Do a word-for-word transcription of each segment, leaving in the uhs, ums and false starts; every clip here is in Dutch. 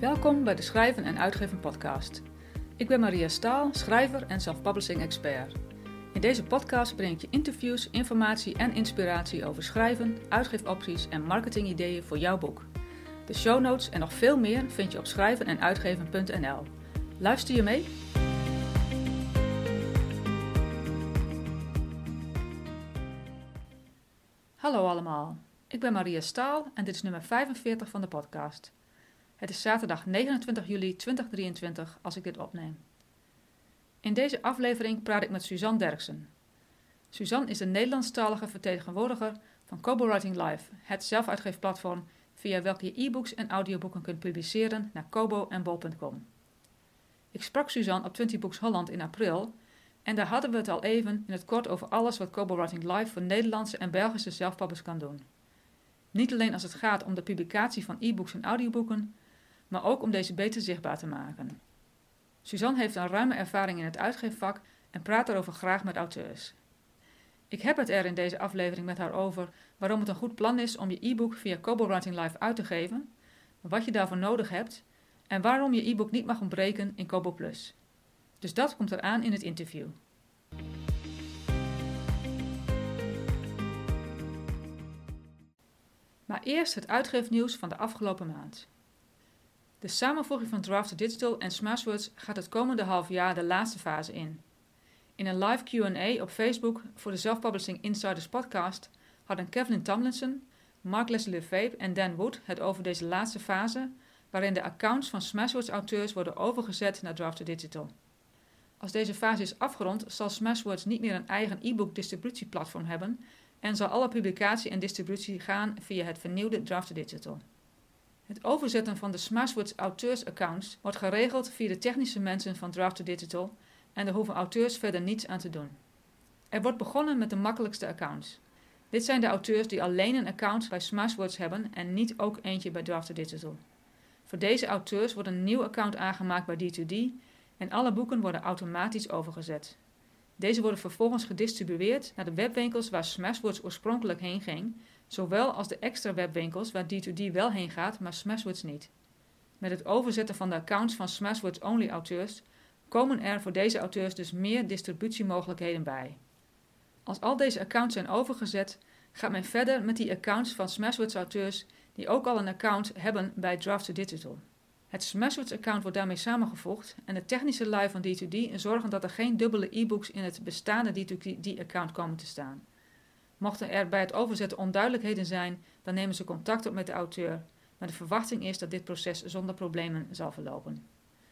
Welkom bij de Schrijven en Uitgeven podcast. Ik ben Maria Staal, schrijver en self-publishing expert. In deze podcast breng ik je interviews, informatie en inspiratie over schrijven, uitgeefopties en marketingideeën voor jouw boek. De show notes en nog veel meer vind je op schrijven en uitgeven punt n l. Luister je mee? Hallo allemaal, ik ben Maria Staal en dit is nummer vijfenveertig van de podcast. Het is zaterdag negenentwintig juli tweeduizend drieëntwintig als ik dit opneem. In deze aflevering praat ik met Suzanne Derksen. Suzanne is de Nederlandstalige vertegenwoordiger van Kobo Writing Live, het zelfuitgeefplatform via welke je e-books en audioboeken kunt publiceren naar kobo en bol punt com. Ik sprak Suzanne op twintig Books Holland in april en daar hadden we het al even in het kort over alles wat Kobo Writing Live voor Nederlandse en Belgische zelfpublishers kan doen. Niet alleen als het gaat om de publicatie van e-books en audioboeken, maar ook om deze beter zichtbaar te maken. Suzanne heeft een ruime ervaring in het uitgeefvak en praat daarover graag met auteurs. Ik heb het er in deze aflevering met haar over waarom het een goed plan is om je e-book via Kobo Writing Live uit te geven, wat je daarvoor nodig hebt en waarom je e-book niet mag ontbreken in Kobo Plus. Dus dat komt eraan in het interview. Maar eerst het uitgeefnieuws van de afgelopen maand. De samenvoeging van Draft to Digital en Smashwords gaat het komende half jaar de laatste fase in. In een live Q en A op Facebook voor de Self-Publishing Insiders podcast hadden Kevin Tomlinson, Mark Leslie Lefebvre en Dan Wood het over deze laatste fase, waarin de accounts van Smashwords auteurs worden overgezet naar Draft to Digital. Als deze fase is afgerond, zal Smashwords niet meer een eigen e-book distributieplatform hebben en zal alle publicatie en distributie gaan via het vernieuwde Draft to Digital. Het overzetten van de Smashwords auteursaccounts wordt geregeld via de technische mensen van Draft to Digital en daar hoeven auteurs verder niets aan te doen. Er wordt begonnen met de makkelijkste accounts. Dit zijn de auteurs die alleen een account bij Smashwords hebben en niet ook eentje bij Draft to Digital. Voor deze auteurs wordt een nieuw account aangemaakt bij D twee D en alle boeken worden automatisch overgezet. Deze worden vervolgens gedistribueerd naar de webwinkels waar Smashwords oorspronkelijk heen ging, zowel als de extra webwinkels waar D twee D wel heen gaat, maar Smashwords niet. Met het overzetten van de accounts van Smashwords-only auteurs komen er voor deze auteurs dus meer distributiemogelijkheden bij. Als al deze accounts zijn overgezet, gaat men verder met die accounts van Smashwords auteurs die ook al een account hebben bij Draft to Digital. Het Smashwords account wordt daarmee samengevoegd en de technische lui van D twee D zorgen dat er geen dubbele e-books in het bestaande D twee D account komen te staan. Mochten er bij het overzetten onduidelijkheden zijn, dan nemen ze contact op met de auteur, maar de verwachting is dat dit proces zonder problemen zal verlopen.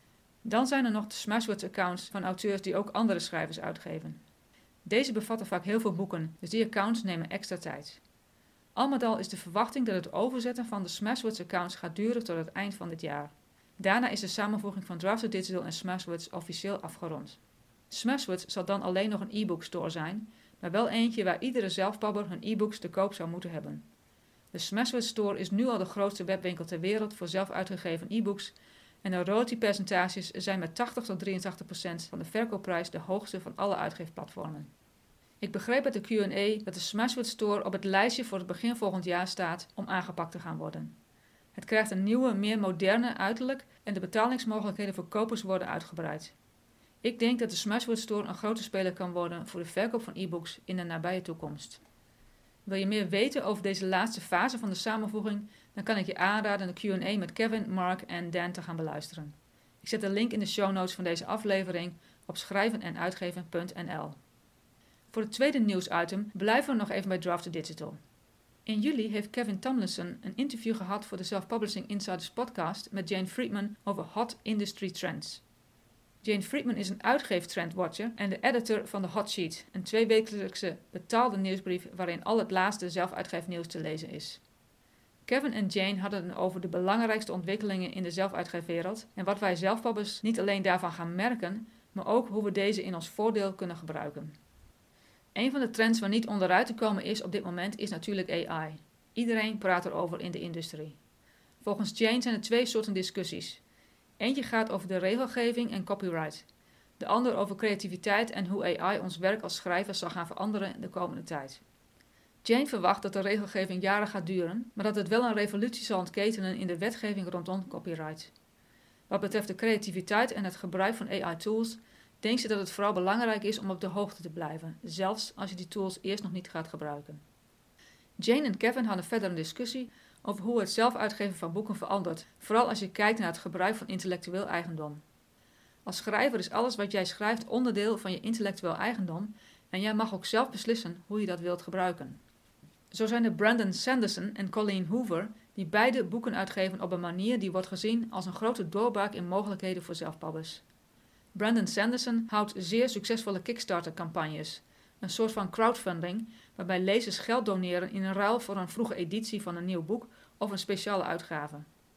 Dan zijn er nog de Smashwords accounts van auteurs die ook andere schrijvers uitgeven. Deze bevatten vaak heel veel boeken, dus die accounts nemen extra tijd. Al met al is de verwachting dat het overzetten van de Smashwords accounts gaat duren tot het eind van dit jaar. Daarna is de samenvoeging van Draft to Digital en Smashwords officieel afgerond. Smashwords zal dan alleen nog een e-book store zijn, maar wel eentje waar iedere zelfpubber hun e-books te koop zou moeten hebben. De Smashwords store is nu al de grootste webwinkel ter wereld voor zelf uitgegeven e-books en de royalty-percentages zijn met tachtig tot drieëntachtig procent van de verkoopprijs de hoogste van alle uitgeefplatformen. Ik begreep uit de Q en A dat de Smashwords store op het lijstje voor het begin volgend jaar staat om aangepakt te gaan worden. Het krijgt een nieuwe, meer moderne uiterlijk en de betalingsmogelijkheden voor kopers worden uitgebreid. Ik denk dat de Smashwords Store een grote speler kan worden voor de verkoop van e-books in de nabije toekomst. Wil je meer weten over deze laatste fase van de samenvoeging, dan kan ik je aanraden de Q en A met Kevin, Mark en Dan te gaan beluisteren. Ik zet de link in de show notes van deze aflevering op schrijven en uitgeven punt n l. Voor het tweede nieuwsitem blijven we nog even bij Draft to Digital. In juli heeft Kevin Tomlinson een interview gehad voor de Self-Publishing Insiders podcast met Jane Friedman over hot industry trends. Jane Friedman is een uitgeeftrendwatcher en de editor van de Hot Sheet, een tweewekelijkse betaalde nieuwsbrief waarin al het laatste zelfuitgeefnieuws te lezen is. Kevin en Jane hadden het over de belangrijkste ontwikkelingen in de zelfuitgeefwereld en wat wij zelfpublishers niet alleen daarvan gaan merken, maar ook hoe we deze in ons voordeel kunnen gebruiken. Een van de trends waar niet onderuit te komen is op dit moment is natuurlijk A I. Iedereen praat erover in de industrie. Volgens Jane zijn er twee soorten discussies. Eentje gaat over de regelgeving en copyright. De ander over creativiteit en hoe A I ons werk als schrijvers zal gaan veranderen de komende tijd. Jane verwacht dat de regelgeving jaren gaat duren, maar dat het wel een revolutie zal ontketenen in de wetgeving rondom copyright. Wat betreft de creativiteit en het gebruik van A I-tools, denkt ze dat het vooral belangrijk is om op de hoogte te blijven, zelfs als je die tools eerst nog niet gaat gebruiken. Jane en Kevin hadden verder een discussie over hoe het zelf uitgeven van boeken verandert, vooral als je kijkt naar het gebruik van intellectueel eigendom. Als schrijver is alles wat jij schrijft onderdeel van je intellectueel eigendom en jij mag ook zelf beslissen hoe je dat wilt gebruiken. Zo zijn er Brandon Sanderson en Colleen Hoover die beide boeken uitgeven op een manier die wordt gezien als een grote doorbraak in mogelijkheden voor zelfpublish. Brandon Sanderson houdt zeer succesvolle Kickstarter-campagnes, een soort van crowdfunding waarbij lezers geld doneren in ruil voor een vroege editie van een nieuw boek of een speciale uitgave.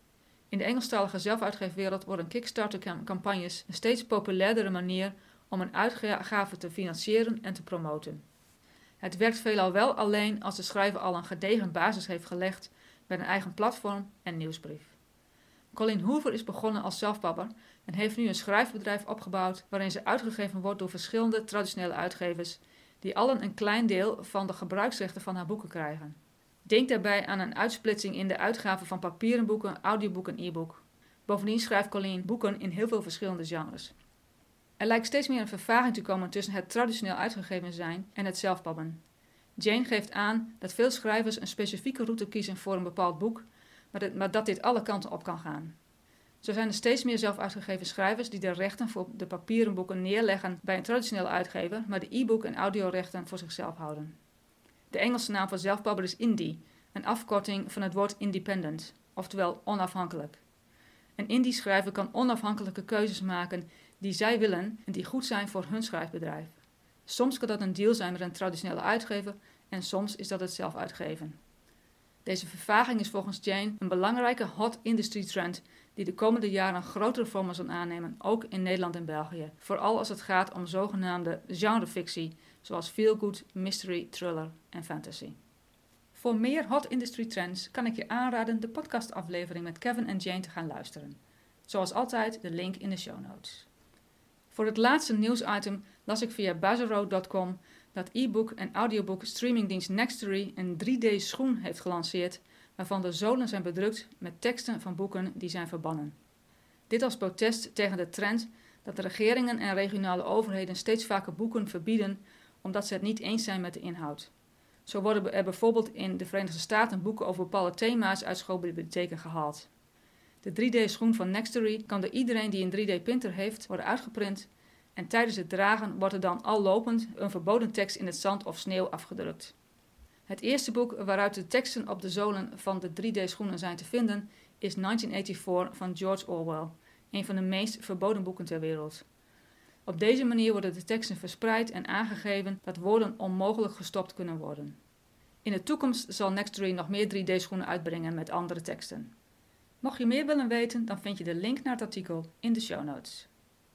In de Engelstalige zelfuitgeefwereld worden Kickstarter-campagnes een steeds populairdere manier om een uitgave te financieren en te promoten. Het werkt veelal wel alleen als de schrijver al een gedegen basis heeft gelegd met een eigen platform en nieuwsbrief. Colleen Hoover is begonnen als zelfpapper en heeft nu een schrijfbedrijf opgebouwd waarin ze uitgegeven wordt door verschillende traditionele uitgevers die allen een klein deel van de gebruiksrechten van haar boeken krijgen. Denk daarbij aan een uitsplitsing in de uitgave van papieren boeken, audioboek en e-book. Bovendien schrijft Colleen boeken in heel veel verschillende genres. Er lijkt steeds meer een vervaging te komen tussen het traditioneel uitgegeven zijn en het zelfpabben. Jane geeft aan dat veel schrijvers een specifieke route kiezen voor een bepaald boek, maar dat, maar dat dit alle kanten op kan gaan. Zo zijn er steeds meer zelfuitgegeven schrijvers die de rechten voor de papieren boeken neerleggen bij een traditionele uitgever, maar de e-book en audiorechten voor zichzelf houden. De Engelse naam voor zelfpabber is indie, een afkorting van het woord independent, oftewel onafhankelijk. Een indie schrijver kan onafhankelijke keuzes maken die zij willen en die goed zijn voor hun schrijfbedrijf. Soms kan dat een deal zijn met een traditionele uitgever en soms is dat het zelf uitgeven. Deze vervaging is volgens Jane een belangrijke hot industry trend die de komende jaren een grotere vorm zal aannemen, ook in Nederland en België. Vooral als het gaat om zogenaamde genrefictie, zoals feelgood, mystery, thriller en fantasy. Voor meer hot industry trends kan ik je aanraden de podcastaflevering met Kevin en Jane te gaan luisteren. Zoals altijd de link in de show notes. Voor het laatste nieuwsitem las ik via Buzzero punt com dat e-book en audiobook streamingdienst Nextory een drie D schoen heeft gelanceerd waarvan de zolen zijn bedrukt met teksten van boeken die zijn verbannen. Dit als protest tegen de trend dat de regeringen en regionale overheden steeds vaker boeken verbieden omdat ze het niet eens zijn met de inhoud. Zo worden er bijvoorbeeld in de Verenigde Staten boeken over bepaalde thema's uit schoolbibliotheken gehaald. De drie D schoen van Nextory kan door iedereen die een drie D printer heeft worden uitgeprint en tijdens het dragen wordt er dan al lopend een verboden tekst in het zand of sneeuw afgedrukt. Het eerste boek waaruit de teksten op de zolen van de drie D schoenen zijn te vinden is negentien vierennegentig van George Orwell, een van de meest verboden boeken ter wereld. Op deze manier worden de teksten verspreid en aangegeven dat woorden onmogelijk gestopt kunnen worden. In de toekomst zal Nextory nog meer drie D schoenen uitbrengen met andere teksten. Mocht je meer willen weten, dan vind je de link naar het artikel in de show notes.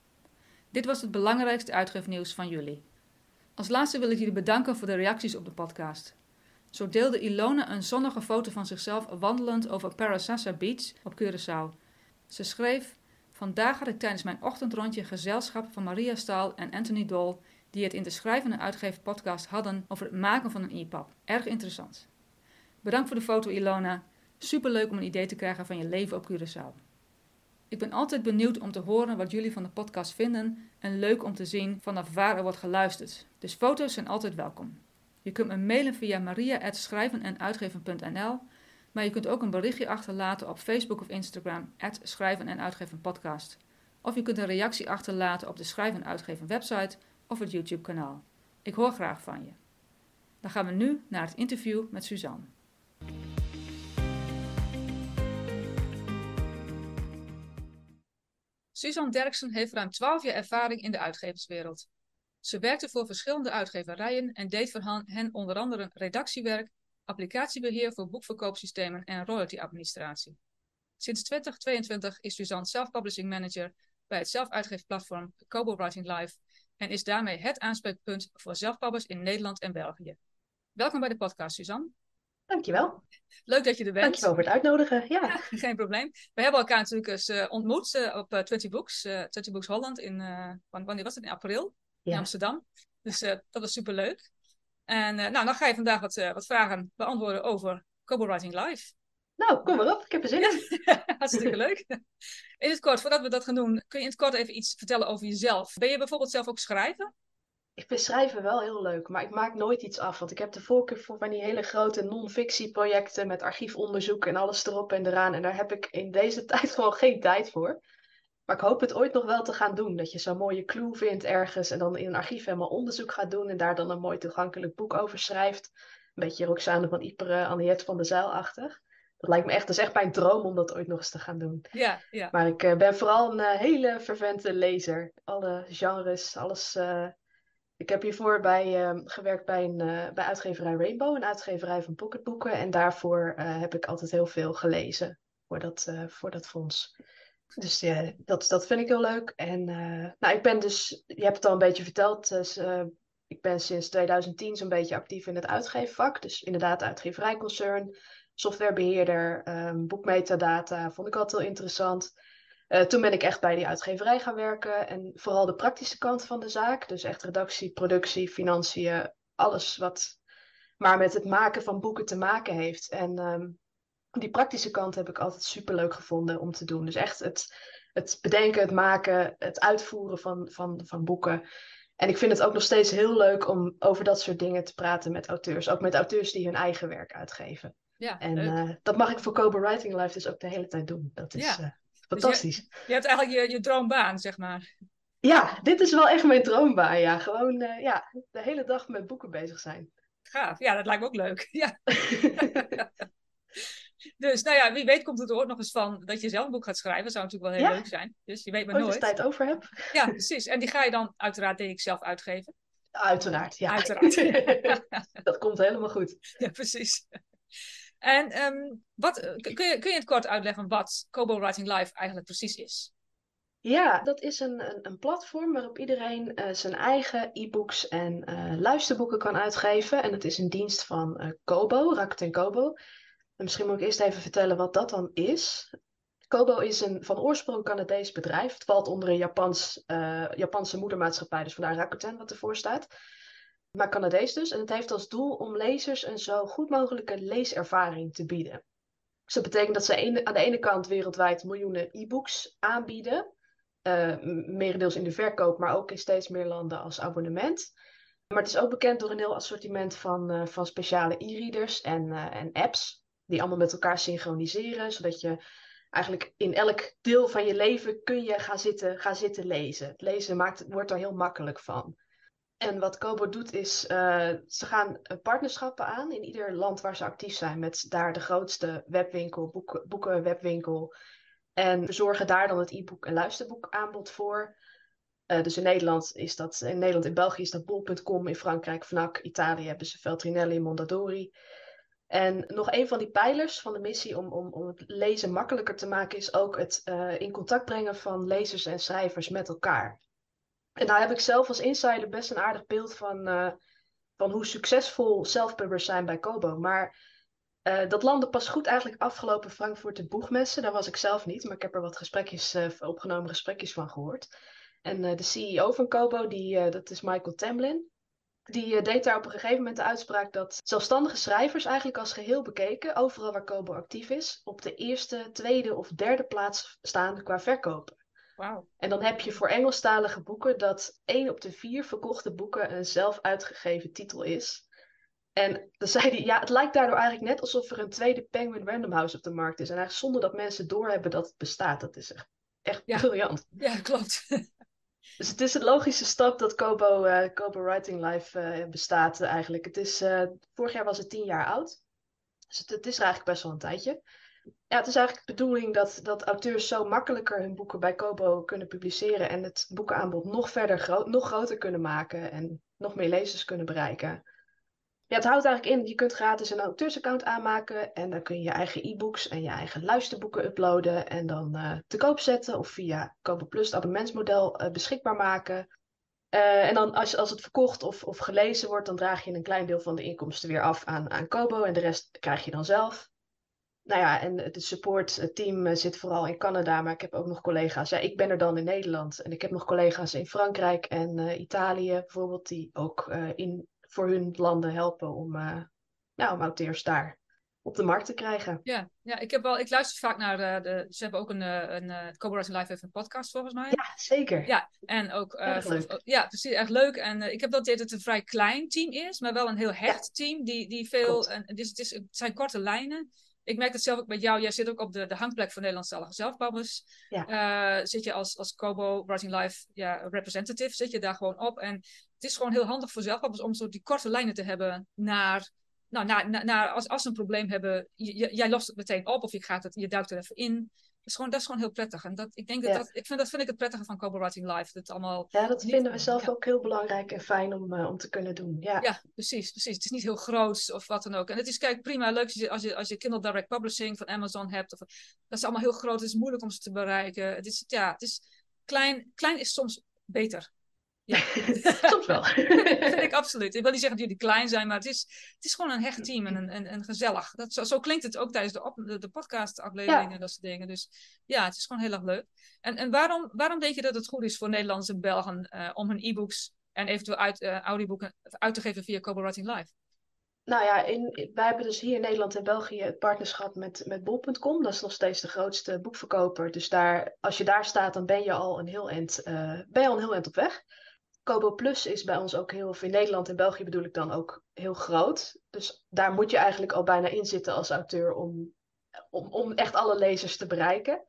Dit was het belangrijkste uitgeefnieuws van juli. Als laatste wil ik jullie bedanken voor de reacties op de podcast. Zo deelde Ilona een zonnige foto van zichzelf wandelend over Parasasa Beach op Curaçao. Ze schreef: vandaag had ik tijdens mijn ochtendrondje gezelschap van Maria Staal en Anthony Doll, die het in de Schrijven en Uitgeven podcast hadden over het maken van een e-pub. Erg interessant. Bedankt voor de foto, Ilona. Superleuk om een idee te krijgen van je leven op Curaçao. Ik ben altijd benieuwd om te horen wat jullie van de podcast vinden en leuk om te zien vanaf waar er wordt geluisterd. Dus foto's zijn altijd welkom. Je kunt me mailen via maria at schrijven en uitgeven punt n l, maar je kunt ook een berichtje achterlaten op Facebook of Instagram at schrijven en uitgeven podcast. Of je kunt een reactie achterlaten op de Schrijven en Uitgeven website of het YouTube kanaal. Ik hoor graag van je. Dan gaan we nu naar het interview met Suzanne. Suzanne Derksen heeft ruim twaalf jaar ervaring in de uitgeverswereld. Ze werkte voor verschillende uitgeverijen en deed voor hen onder andere redactiewerk, applicatiebeheer voor boekverkoopsystemen en royalty-administratie. Sinds twintig tweeëntwintig is Suzanne self-publishing manager bij het zelfuitgeefplatform Kobo Writing Live en is daarmee het aanspreekpunt voor zelfpubbers in Nederland en België. Welkom bij de podcast, Suzanne. Dankjewel. Leuk dat je er bent. Dankjewel voor het uitnodigen. Ja. Ja, geen probleem. We hebben elkaar natuurlijk eens uh, ontmoet uh, op uh, twintig Books, uh, twintig Books Holland in, uh, wanneer was het? In april Ja. in Amsterdam. Dus uh, dat was superleuk. En uh, nou, dan ga je vandaag wat, uh, wat vragen beantwoorden over Kobo Writing Live. Nou, kom maar op. Ik heb er zin Ja, in. hartstikke leuk. In het kort, voordat we dat gaan doen, kun je in het kort even iets vertellen over jezelf? Ben je bijvoorbeeld zelf ook schrijver? Ik vind schrijven wel heel leuk, maar ik maak nooit iets af. Want ik heb de voorkeur voor van die hele grote non-fictieprojecten met archiefonderzoek en alles erop en eraan. En daar heb ik in deze tijd gewoon geen tijd voor. Maar ik hoop het ooit nog wel te gaan doen. Dat je zo'n mooie clue vindt ergens en dan in een archief helemaal onderzoek gaat doen. En daar dan een mooi toegankelijk boek over schrijft. Een beetje Roxane van Iperen, Anniette van der Zijl-achtig. Dat lijkt me echt, dat is echt mijn droom om dat ooit nog eens te gaan doen. Ja, ja. Maar ik eh, ben vooral een eh, hele fervente lezer. Alle genres, alles. eh, Ik heb hiervoor bij, eh, gewerkt bij, een, eh, bij uitgeverij Rainbow, een uitgeverij van pocketboeken. En daarvoor eh, heb ik altijd heel veel gelezen voor dat, eh, voor dat fonds. Dus ja, dat, dat vind ik heel leuk. En eh, nou, ik ben dus, je hebt het al een beetje verteld, dus, eh, ik ben sinds twintig tien zo'n beetje actief in het uitgeefvak. Dus inderdaad, uitgeverijconcern, softwarebeheerder, ehm boekmetadata, vond ik altijd heel interessant. Eh, toen ben ik echt bij die uitgeverij gaan werken en vooral de praktische kant van de zaak. Dus echt redactie, productie, financiën, alles wat maar met het maken van boeken te maken heeft. En ehm, die praktische kant heb ik altijd superleuk gevonden om te doen. Dus echt het, het bedenken, het maken, het uitvoeren van, van, van boeken. En ik vind het ook nog steeds heel leuk om over dat soort dingen te praten met auteurs. Ook met auteurs die hun eigen werk uitgeven. Ja, En leuk. eh, dat mag ik voor Kobo Writing Life dus ook de hele tijd doen. Dat is Ja. eh, Dus je, fantastisch. je hebt eigenlijk je, je droombaan, zeg maar. Ja, dit is wel echt mijn droombaan. Ja, gewoon eh, ja, de hele dag met boeken bezig zijn. Gaaf. Ja, dat lijkt me ook leuk. Ja. Dus, nou ja, wie weet komt het er ooit nog eens van dat je zelf een boek gaat schrijven. Dat zou natuurlijk wel heel Ja, leuk zijn. Dus je weet maar ooit eens nooit. tijd over heb. Ja, precies. En die ga je dan uiteraard, denk ik, zelf uitgeven. Uiteraard, ja. Uiteraard. Dat komt helemaal goed. Ja, precies. En ehm, wat, kun, je, kun je in het kort uitleggen wat Kobo Writing Live eigenlijk precies is? Ja, dat is een, een, een platform waarop iedereen eh, zijn eigen e-books en eh, luisterboeken kan uitgeven. En het is een dienst van eh, Kobo, Rakuten Kobo. En misschien moet ik eerst even vertellen wat dat dan is. Kobo is een van oorsprong Canadees bedrijf. Het valt onder een Japans, eh, Japanse moedermaatschappij, dus vandaar Rakuten wat ervoor staat. Maar Canadees dus. En het heeft als doel om lezers een zo goed mogelijke leeservaring te bieden. Dus dat betekent dat ze een- aan de ene kant wereldwijd miljoenen e-books aanbieden. Uh, merendeels in de verkoop, maar ook in steeds meer landen als abonnement. Maar het is ook bekend door een heel assortiment van, uh, van speciale e-readers en, uh, en apps. Die allemaal met elkaar synchroniseren. Zodat je eigenlijk in elk deel van je leven kun je gaan zitten, gaan zitten lezen. Het lezen maakt, wordt er heel makkelijk van. En wat Kobo doet is, uh, ze gaan partnerschappen aan in ieder land waar ze actief zijn. Met daar de grootste webwinkel, boeken, boekenwebwinkel. En verzorgen daar dan het e-book en luisterboekaanbod voor. Uh, dus in Nederland is dat, in Nederland en België is dat bol punt com, in Frankrijk Fnac, Italië hebben ze Feltrinelli, Mondadori. En nog een van die pijlers van de missie om, om, om het lezen makkelijker te maken is ook het uh, in contact brengen van lezers en schrijvers met elkaar. En daar heb ik zelf als insider best een aardig beeld van, uh, van hoe succesvol self-pubbers zijn bij Kobo. Maar uh, dat landde pas goed eigenlijk afgelopen Frankfurter Boegmessen. Daar was ik zelf niet, maar ik heb er wat gesprekjes, uh, opgenomen gesprekjes van gehoord. En uh, de C E O van Kobo, die, uh, dat is Michael Tamblyn, die uh, deed daar op een gegeven moment de uitspraak dat zelfstandige schrijvers eigenlijk als geheel bekeken, overal waar Kobo actief is, op de eerste, tweede of derde plaats staan qua verkopen. Wauw. En dan heb je voor Engelstalige boeken dat één op de vier verkochte boeken een zelf uitgegeven titel is. En dan zei hij, ja, het lijkt daardoor eigenlijk net alsof er een tweede Penguin Random House op de markt is. En eigenlijk zonder dat mensen doorhebben dat het bestaat. Dat is echt, echt Ja. briljant. Ja, klopt. Dus het is een logische stap dat Kobo, uh, Kobo Writing Live uh, bestaat uh, eigenlijk. Het is, uh, vorig jaar was het tien jaar oud. Dus het, het is er eigenlijk best wel een tijdje. Ja, het is eigenlijk de bedoeling dat, dat auteurs zo makkelijker hun boeken bij Kobo kunnen publiceren en het boekenaanbod nog verder gro- nog groter kunnen maken en nog meer lezers kunnen bereiken. Ja, het houdt eigenlijk in, je kunt gratis een auteursaccount aanmaken en dan kun je je eigen e-books en je eigen luisterboeken uploaden en dan uh, te koop zetten of via Kobo Plus het abonnementsmodel uh, beschikbaar maken. Uh, en dan als, als het verkocht of, of gelezen wordt, dan draag je een klein deel van de inkomsten weer af aan, aan Kobo en de rest krijg je dan zelf. Nou ja, en het supportteam zit vooral in Canada, maar ik heb ook nog collega's. Ja, ik ben er dan in Nederland en ik heb nog collega's in Frankrijk en uh, Italië bijvoorbeeld, die ook uh, in, voor hun landen helpen om, uh, nou, om auteurs daar op de markt te krijgen. Ja, ja ik, heb wel, ik luister vaak naar, uh, de, ze hebben ook een, uh, een uh, Kobo Writing Live heeft een podcast volgens mij. Ja, zeker. Ja, en ook, uh, erg leuk. Ja, precies, echt leuk. En uh, ik heb dat dit het een vrij klein team is, maar wel een heel hecht ja. team, die, die veel, en, dus het, is, het zijn korte lijnen. Ik merk het zelf ook met jou, jij zit ook op de, de hangplek voor Nederlandstalige zelfbabbers. Ja. Uh, zit je als, als Kobo Writing Live ja, representative, zit je daar gewoon op. En het is gewoon heel handig voor zelfbabbers om zo die korte lijnen te hebben naar... Nou, naar, naar, naar, als, als ze een probleem hebben, j, jij lost het meteen op of je, gaat het, je duikt er even in. Dat is gewoon, dat is gewoon heel prettig. En dat, ik denk dat, ja. dat, ik vind, dat vind ik het prettige van Kobo Writing Live. Dat, allemaal ja, dat niet, vinden we zelf ja. ook heel belangrijk en fijn om, uh, om te kunnen doen. Ja. ja, precies, precies. Het is niet heel groot of wat dan ook. En het is kijk, prima leuk als je, als je, als je Kindle Direct Publishing van Amazon hebt. Of, dat is allemaal heel groot. Het is moeilijk om ze te bereiken. Het is, ja, het is klein. Klein is soms beter. Ja. Soms wel. vind ik absoluut. Ik wil niet zeggen dat jullie klein zijn, maar het is, het is gewoon een hecht team en, en, en, en gezellig. Dat, zo, zo klinkt het ook tijdens de, op, de, de podcast-afleveringen ja. en dat soort dingen. Dus ja, het is gewoon heel erg leuk. En, en waarom, waarom denk je dat het goed is voor Nederlanders en Belgen uh, om hun e-books en eventueel uit, uh, audioboeken uit te geven via Kobo Writing Live? Nou ja, in, wij hebben dus hier in Nederland en België het partnerschap met, met bol punt com. Dat is nog steeds de grootste boekverkoper. Dus daar, als je daar staat, dan ben je al een heel eind, uh, ben je al een heel eind op weg. Kobo Plus is bij ons ook heel, of in Nederland en België bedoel ik dan ook heel groot. Dus daar moet je eigenlijk al bijna in zitten als auteur om, om, om echt alle lezers te bereiken.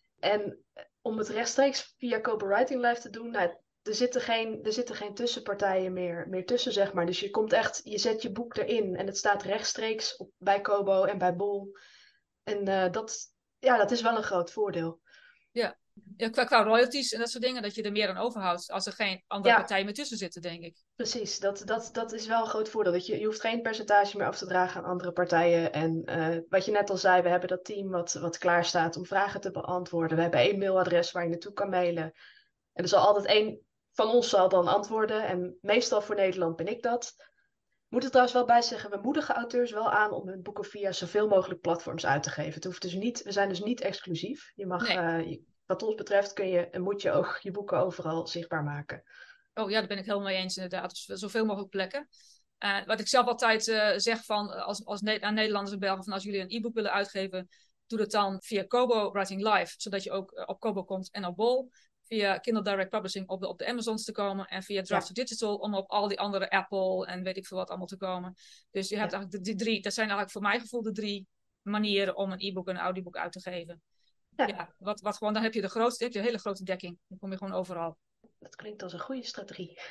En om het rechtstreeks via Kobo Writing Live te doen, nou, er zitten geen, er zitten geen tussenpartijen meer, meer tussen, zeg maar. Dus je komt echt, je zet je boek erin en het staat rechtstreeks op, bij Kobo en bij Bol. En uh, dat, ja, dat is wel een groot voordeel. Ja. Ja, qua, qua royalties en dat soort dingen, dat je er meer aan overhoudt als er geen andere ja. partijen meer tussen zitten, denk ik. Precies, dat, dat, dat is wel een groot voordeel. Dat je, je hoeft geen percentage meer af te dragen aan andere partijen. En uh, wat je net al zei, we hebben dat team wat, wat klaar staat om vragen te beantwoorden. We hebben één mailadres waar je naartoe kan mailen. En er zal altijd één van ons zal dan antwoorden. En meestal voor Nederland ben ik dat. Ik moet er trouwens wel bij zeggen, we moedigen auteurs wel aan om hun boeken via zoveel mogelijk platforms uit te geven. Het hoeft dus niet, we zijn dus niet exclusief. Je mag... Nee. Uh, je, Wat ons betreft kun je en moet je ook je boeken overal zichtbaar maken. Oh ja, daar ben ik helemaal mee eens inderdaad. Dus zoveel mogelijk plekken. Uh, wat ik zelf altijd uh, zeg van, als, als ne- aan Nederlanders en Belgen, van als jullie een e-book willen uitgeven, doe dat dan via Kobo Writing Live, zodat je ook uh, op Kobo komt en op Bol. Via Kindle Direct Publishing op de, op de Amazons te komen. En via Draft to ja. Digital om op al die andere Apple en weet ik veel wat allemaal te komen. Dus je hebt ja. eigenlijk die drie, dat zijn eigenlijk voor mijn gevoel de drie manieren om een e-book en een audioboek uit te geven. Ja, ja wat, wat gewoon, dan heb je de grootste, heb je een hele grote dekking. Dan kom je gewoon overal. Dat klinkt als een goede strategie.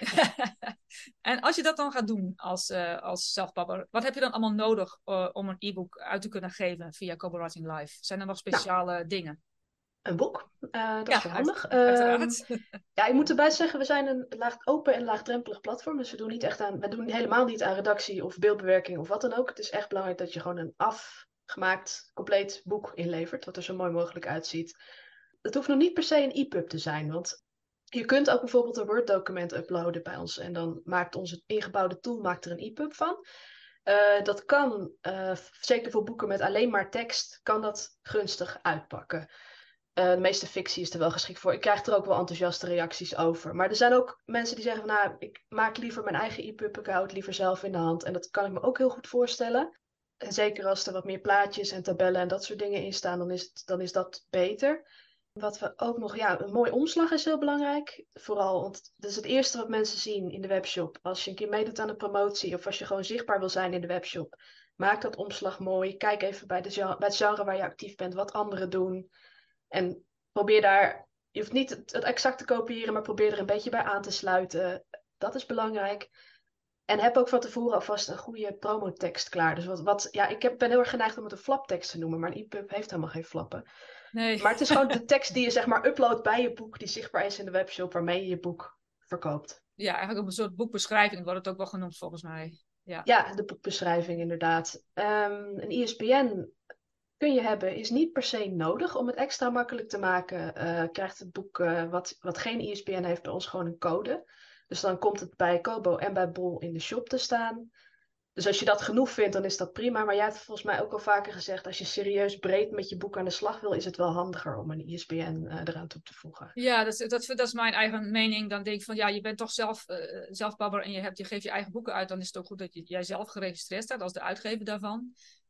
En als je dat dan gaat doen als, uh, als zelfbabber, wat heb je dan allemaal nodig uh, om een e-book uit te kunnen geven via Kobo Writing Live? Zijn er nog speciale nou, dingen? Een boek, uh, dat ja, is wel handig. Uit, um, ja, ik moet erbij zeggen, we zijn een laag, open en laagdrempelig platform. Dus we doen niet echt aan, we doen helemaal niet aan redactie of beeldbewerking of wat dan ook. Het is echt belangrijk dat je gewoon een afgemaakt, compleet boek inlevert, wat er zo mooi mogelijk uitziet. Het hoeft nog niet per se een e pub te zijn, want je kunt ook bijvoorbeeld een Word-document uploaden bij ons en dan maakt onze ingebouwde tool maakt er een e pub van. Uh, dat kan, uh, zeker voor boeken met alleen maar tekst, kan dat gunstig uitpakken. Uh, de meeste fictie is er wel geschikt voor. Ik krijg er ook wel enthousiaste reacties over. Maar er zijn ook mensen die zeggen van, nou, ik maak liever mijn eigen e pub, ik hou het liever zelf in de hand. En dat kan ik me ook heel goed voorstellen. En zeker als er wat meer plaatjes en tabellen en dat soort dingen in staan, dan is, het, dan is dat beter. Wat we ook nog, ja, een mooi omslag is heel belangrijk. Vooral, want dat is het eerste wat mensen zien in de webshop. Als je een keer meedoet aan de promotie of als je gewoon zichtbaar wil zijn in de webshop. Maak dat omslag mooi. Kijk even bij, de, bij het genre waar je actief bent, wat anderen doen. En probeer daar, je hoeft niet het, het exact te kopiëren, maar probeer er een beetje bij aan te sluiten. Dat is belangrijk. En heb ook van tevoren alvast een goede promotekst klaar. Dus wat, wat ja, ik heb, ben heel erg geneigd om het een flaptekst te noemen, maar een e pub heeft helemaal geen flappen. Nee. Maar het is gewoon de tekst die je zeg maar uploadt bij je boek, die zichtbaar is in de webshop, waarmee je je boek verkoopt. Ja, eigenlijk een soort boekbeschrijving wordt het ook wel genoemd volgens mij. Ja, ja de boekbeschrijving inderdaad. Um, een I S B N kun je hebben, is niet per se nodig om het extra makkelijk te maken. Uh, krijgt het boek uh, wat, wat geen I S B N heeft bij ons gewoon een code. Dus dan komt het bij Kobo en bij Bol in de shop te staan. Dus als je dat genoeg vindt, dan is dat prima. Maar jij hebt volgens mij ook al vaker gezegd, als je serieus breed met je boek aan de slag wil, is het wel handiger om een I S B N uh, eraan toe te voegen. Ja, dat, dat, dat is mijn eigen mening. Dan denk ik van, ja, je bent toch zelf, uh, zelfbabber en je, hebt, je geeft je eigen boeken uit. Dan is het ook goed dat je, jij zelf geregistreerd staat als de uitgever daarvan.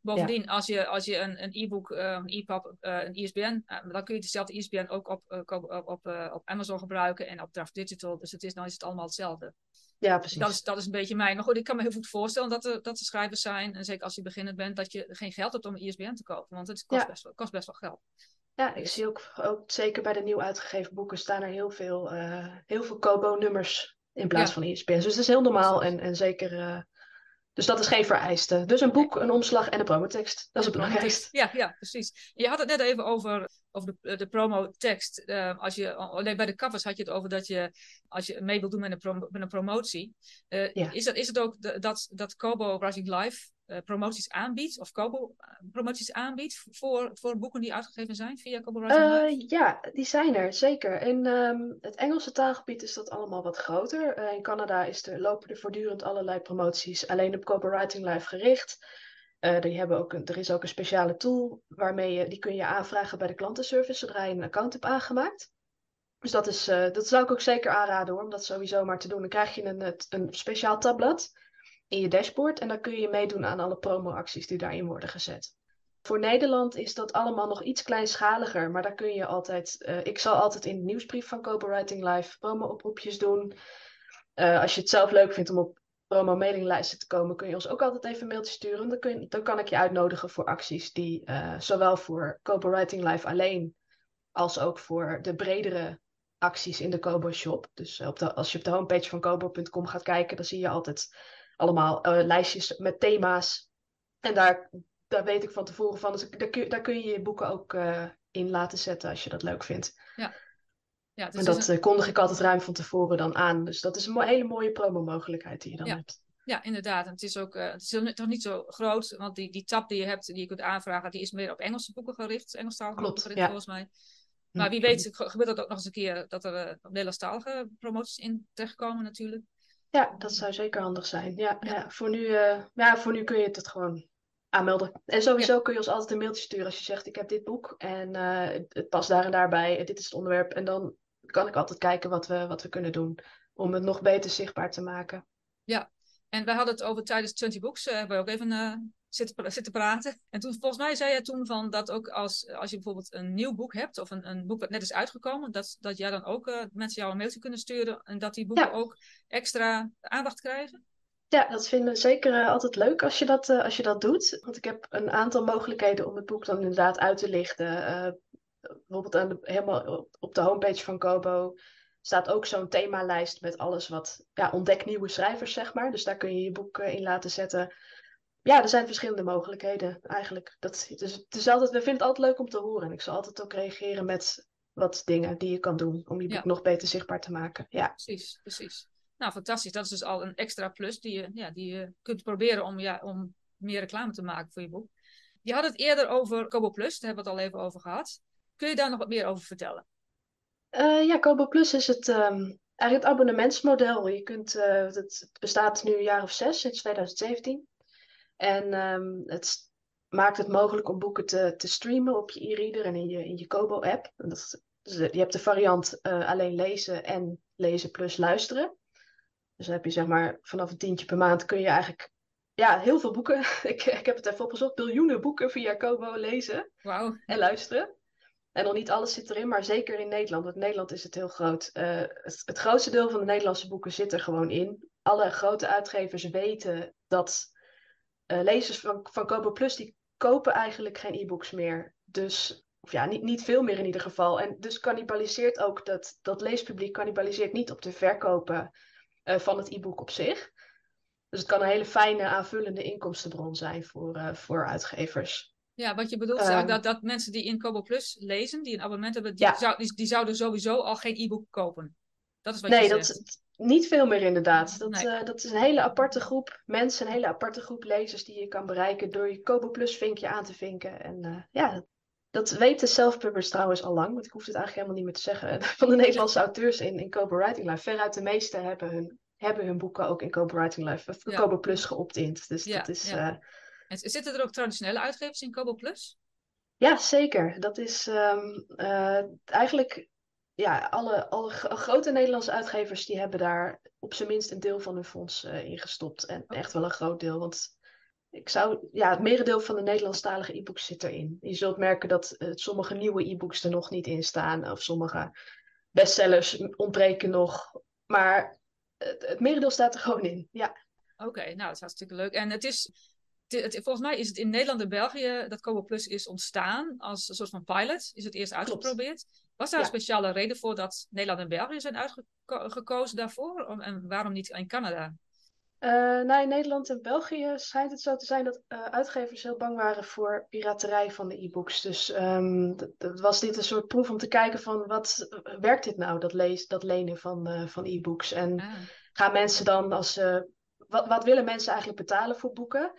Bovendien, als je, als je een, een e-book, uh, een e pub, uh, een I S B N, uh, dan kun je dezelfde I S B N ook op, uh, op, op, uh, op Amazon gebruiken en op Draft Digital. Dus het is, dan is het allemaal hetzelfde. Ja, Dus dat is, precies. dat is een beetje mij. Maar goed, ik kan me heel goed voorstellen dat er, dat er schrijvers zijn, en zeker als je beginnend bent, dat je geen geld hebt om een I S B N te kopen. Want het kost, Ja, best, wel, kost best wel geld. ja, ik zie Dus ook, ook zeker bij de nieuw uitgegeven boeken staan er heel veel, eh, heel veel Kobo-nummers in plaats ja, van I S B N's. Dus het is heel normaal precies. en, en zeker. eh, dus dat is geen vereiste. Dus een Nee. boek, een omslag en een promotekst. Dat is En het promotekst. belangrijkste. Ja, ja, precies. Je had het net even over, over de, de promotekst. Uh, als je, oh, nee, bij de covers had je het over dat je, als je mee wilt doen met een, prom met een promotie. Uh, Ja. is, dat, is het ook de, dat, dat Kobo Writing Live uh, promoties aanbiedt, of Kobo promoties aanbiedt voor, voor boeken die uitgegeven zijn via Kobo Writing Live? Uh, ja, die zijn er, zeker. In um, het Engelse taalgebied is dat allemaal wat groter. Uh, in Canada is er, lopen er voortdurend allerlei promoties alleen op Kobo Writing Live gericht. Uh, die hebben ook een, er is ook een speciale tool waarmee je, die kun je aanvragen bij de klantenservice zodra je een account hebt aangemaakt. Dus dat, is, uh, dat zou ik ook zeker aanraden hoor, om dat sowieso maar te doen. Dan krijg je een, een speciaal tabblad in je dashboard en dan kun je meedoen aan alle promoacties die daarin worden gezet. Voor Nederland is dat allemaal nog iets kleinschaliger, maar daar kun je altijd, uh, ik zal altijd in de nieuwsbrief van Kobo Writing Live promo-oproepjes doen. Uh, als je het zelf leuk vindt om op promo-mailinglijsten te komen, kun je ons ook altijd even een mailtje sturen. Dan, kun je, dan kan ik je uitnodigen voor acties die uh, zowel voor Kobo Writing Live alleen, als ook voor de bredere acties in de Kobo shop. Dus op de, als je op de homepage van kobo punt com gaat kijken, dan zie je altijd allemaal uh, lijstjes met thema's. En daar, daar weet ik van tevoren van. Dus daar kun, daar kun je je boeken ook uh, in laten zetten als je dat leuk vindt. Ja. Ja, dus en dat dat een... uh, kondig ik altijd ruim van tevoren dan aan. Dus dat is een mo- hele mooie promo-mogelijkheid die je dan ja. hebt. Ja, inderdaad. En het is ook uh, het is toch niet zo groot, want die, die tab die je hebt, die je kunt aanvragen, die is meer op Engelse boeken gericht, Engelstalige boeken gericht ja. volgens mij. Maar wie weet gebeurt het ook nog eens een keer dat er uh, op Nederlandstalige promoties in terechtkomen natuurlijk. Ja, dat zou zeker handig zijn. Ja, ja. ja, voor, nu, uh, ja voor nu kun je het gewoon aanmelden. En sowieso ja. kun je ons altijd een mailtje sturen als je zegt ik heb dit boek en uh, het, het past daar en daarbij. Dit is het onderwerp. En dan kan ik altijd kijken wat we, wat we kunnen doen om het nog beter zichtbaar te maken. Ja, en wij hadden het over tijdens twintig Books, uh, hebben we ook even uh, zitten, zitten praten. En toen, volgens mij zei je toen van dat ook als, als je bijvoorbeeld een nieuw boek hebt, of een, een boek wat net is uitgekomen, dat, dat jij dan ook uh, mensen jou een mailtje kunnen sturen en dat die boeken ja. ook extra aandacht krijgen? Ja, dat vinden we zeker uh, altijd leuk als je, dat, uh, als je dat doet. Want ik heb een aantal mogelijkheden om het boek dan inderdaad uit te lichten. Uh, bijvoorbeeld aan de, helemaal op, op de homepage van Kobo staat ook zo'n themalijst met alles wat ja, ontdek nieuwe schrijvers, zeg maar. Dus daar kun je je boek uh, in laten zetten. Ja, er zijn verschillende mogelijkheden eigenlijk. Dat, dus, het is altijd, we vinden het altijd leuk om te horen. En ik zal altijd ook reageren met wat dingen die je kan doen om je boek ja. nog beter zichtbaar te maken. Ja. Precies, precies. Nou, fantastisch. Dat is dus al een extra plus die je, ja, die je kunt proberen om, ja, om meer reclame te maken voor je boek. Je had het eerder over Kobo Plus, daar hebben we het al even over gehad. Kun je daar nog wat meer over vertellen? Uh, ja, Kobo Plus is het, um, eigenlijk het abonnementsmodel. Je kunt, uh, het bestaat nu een jaar of zes, sinds twintig zeventien. En um, het maakt het mogelijk om boeken te, te streamen op je e-reader en in je, in je Kobo-app. Dus je hebt de variant uh, alleen lezen en lezen plus luisteren. Dus dan heb je zeg maar vanaf een tientje per maand kun je eigenlijk ja, heel veel boeken. ik, ik heb het even opgezocht. Biljoenen boeken via Kobo lezen wow. en luisteren. En nog niet alles zit erin, maar zeker in Nederland. Want in Nederland is het heel groot. Uh, het, het grootste deel van de Nederlandse boeken zit er gewoon in. Alle grote uitgevers weten dat uh, lezers van, van Kobo Plus, die kopen eigenlijk geen e-books meer. Dus, of ja, niet, niet veel meer in ieder geval. En dus cannibaliseert ook dat, dat leespubliek cannibaliseert niet op de verkopen uh, van het e-book op zich. Dus het kan een hele fijne aanvullende inkomstenbron zijn voor, uh, voor uitgevers. Ja, wat je bedoelt is um, eigenlijk dat, dat mensen die in Kobo Plus lezen, die een abonnement hebben, die, ja. zou, die, die zouden sowieso al geen e-book kopen. Dat is wat nee, je dat, zegt. niet veel meer inderdaad. Dat, nee. uh, dat is een hele aparte groep mensen, een hele aparte groep lezers die je kan bereiken door je Kobo Plus vinkje aan te vinken. En uh, ja, dat weten self-publishers trouwens al lang, want ik hoef het eigenlijk helemaal niet meer te zeggen. Van de Nederlandse auteurs in, in Kobo Writing Live, veruit de meeste hebben hun, hebben hun boeken ook in Kobo Writing Live, of ja. Kobo Plus geopt-ind. Dus ja, dat is... Ja. Uh, en zitten er ook traditionele uitgevers in Kobo Plus? Ja, zeker. Dat is um, uh, eigenlijk... Ja, alle, alle grote Nederlandse uitgevers die hebben daar op zijn minst een deel van hun fonds uh, in gestopt. En oh. echt wel een groot deel. Want Ik zou, ja, het merendeel van de Nederlandstalige e-books zit erin. Je zult merken dat uh, sommige nieuwe e-books er nog niet in staan. Of sommige bestsellers ontbreken nog. Maar het, het merendeel staat er gewoon in. Ja, Oké, okay, nou, dat is hartstikke leuk. En het is, het, het, volgens mij is het in Nederland en België dat Kobo Plus is ontstaan als een soort van pilot. Is het eerst klopt. uitgeprobeerd. Was daar een Ja. speciale reden voor dat Nederland en België zijn uitgekozen daarvoor? En waarom niet in Canada? Uh, nou, in Nederland en België schijnt het zo te zijn dat uh, uitgevers heel bang waren voor piraterij van de e-books. Dus um, was dit een soort proef om te kijken van wat werkt dit nou, dat, lees, dat lenen van, uh, van e-books. En Ah, gaan mensen dan als uh, wat, wat willen mensen eigenlijk betalen voor boeken?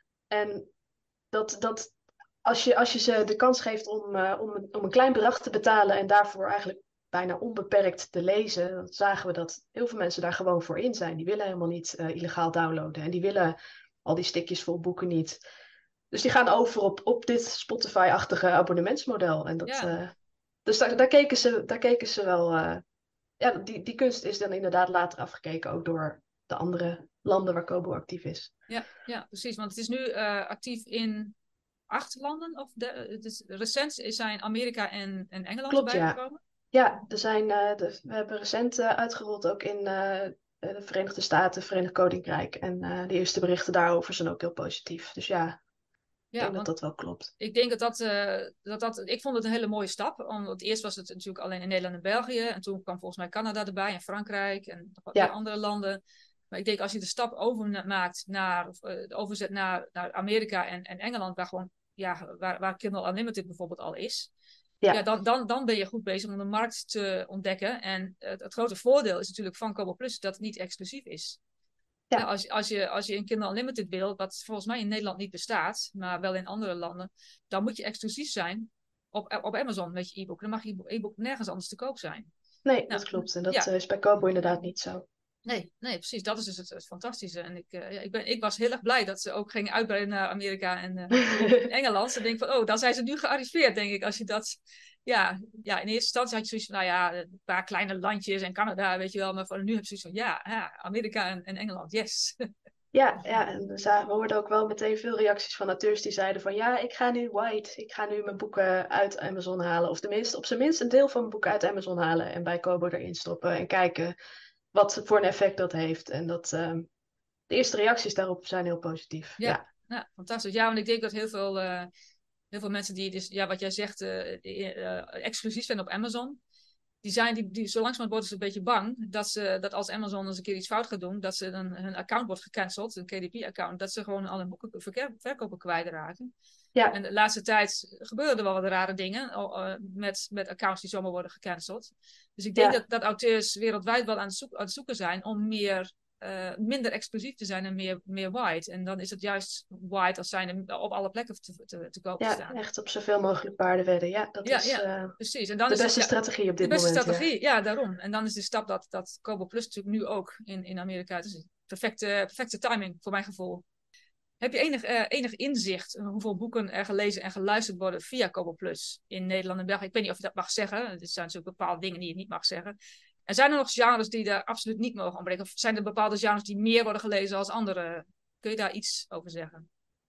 En dat, dat als, je, als je ze de kans geeft om, uh, om, een, om een klein bedrag te betalen en daarvoor eigenlijk bijna onbeperkt te lezen, dan zagen we dat heel veel mensen daar gewoon voor in zijn. Die willen helemaal niet uh, illegaal downloaden en die willen al die stikjes vol boeken niet. Dus die gaan over op, op dit Spotify-achtige abonnementsmodel. En dat, ja. uh, dus daar, daar, keken ze, daar keken ze wel. Uh, ja, die, die kunst is dan inderdaad later afgekeken ook door de andere landen waar Kobo actief is. Ja, ja, precies. Want het is nu uh, actief in acht landen. Of de, het is, recent zijn Amerika en, en Engeland Klopt, erbij ja. gekomen. Ja, er zijn, uh, de, we hebben recent uh, uitgerold ook in uh, de Verenigde Staten, Verenigd Koninkrijk. En uh, de eerste berichten daarover zijn ook heel positief. Dus ja, ik Ja, denk dat want dat wel klopt. ik denk dat dat, uh, dat dat... Ik vond het een hele mooie stap. Want eerst was het natuurlijk alleen in Nederland en België. En toen kwam volgens mij Canada erbij en Frankrijk. En nog wat meer Ja, andere landen. Maar ik denk als je de stap overmaakt naar... Of, uh, overzet naar, naar Amerika en, en Engeland. Waar gewoon... Ja, waar, waar Kindle Unlimited bijvoorbeeld al is. Ja, ja, dan, dan, dan ben je goed bezig om de markt te ontdekken. En het, het grote voordeel is natuurlijk van Kobo Plus dat het niet exclusief is. Ja, ja, als, als, je, als je een Kindle Unlimited wil, wat volgens mij in Nederland niet bestaat, maar wel in andere landen, dan moet je exclusief zijn op, op Amazon met je e-book. Dan mag je e-book nergens anders te koop zijn. nee, Nou, dat klopt. En dat uh, ja, is bij Kobo inderdaad niet zo. nee, nee, precies. Dat is dus het, het fantastische. En ik, uh, ja, ik, ben, ik was heel erg blij dat ze ook gingen uitbreiden naar Amerika en uh, Engeland. Ze denken van, oh, dan zijn ze nu gearriveerd, denk ik. Als je dat, ja, ja, in eerste instantie had je zoiets van, nou ja, een paar kleine landjes en Canada, weet je wel. Maar voor nu heb je zoiets van, ja, ja Amerika en, en Engeland, yes. Ja, ja, en we za- we hoorden ook wel meteen veel reacties van auteurs die zeiden van ja, ik ga nu white, ik ga nu mijn boeken uit Amazon halen. Of tenminste, op zijn minst een deel van mijn boeken uit Amazon halen en bij Kobo erin stoppen en kijken wat voor een effect dat heeft. En dat, um, de eerste reacties daarop zijn heel positief. Ja, Ja, ja, fantastisch. Ja, want ik denk dat heel veel, uh, heel veel mensen die, dus, ja, wat jij zegt, uh, uh, exclusief zijn op Amazon, die zijn, die, die, zo langzamerhand worden ze een beetje bang dat, ze, dat als Amazon eens een keer iets fout gaat doen, dat ze dan, hun account wordt gecanceld, een K D P-account, dat ze gewoon alle boeken verkeer, verkopen kwijtraken. ja, En de laatste tijd gebeuren er wel wat rare dingen uh, met, met accounts die zomaar worden gecanceld. Dus ik denk ja, dat, dat auteurs wereldwijd wel aan het, zoek, aan het zoeken zijn om meer uh, minder exclusief te zijn en meer, meer wide. En dan is het juist wide als zijn op alle plekken te, te, te koop te ja, staan. echt op zoveel mogelijk paarden wedden. Ja, dat Ja, is ja, uh, precies. En dan de is het beste ja, strategie op de dit beste moment. Ja. strategie. Ja, daarom. En dan is de stap dat, dat Kobo Plus natuurlijk nu ook in, in Amerika. Het is perfecte, perfecte timing voor mijn gevoel. Heb je enig, uh, enig inzicht in hoeveel boeken er gelezen en geluisterd worden via Kobo Plus in Nederland en België? Ik weet niet of je dat mag zeggen. Er zijn natuurlijk bepaalde dingen die je niet mag zeggen. En zijn er nog genres die daar absoluut niet mogen ontbreken? Of zijn er bepaalde genres die meer worden gelezen als andere? Kun je daar iets over zeggen?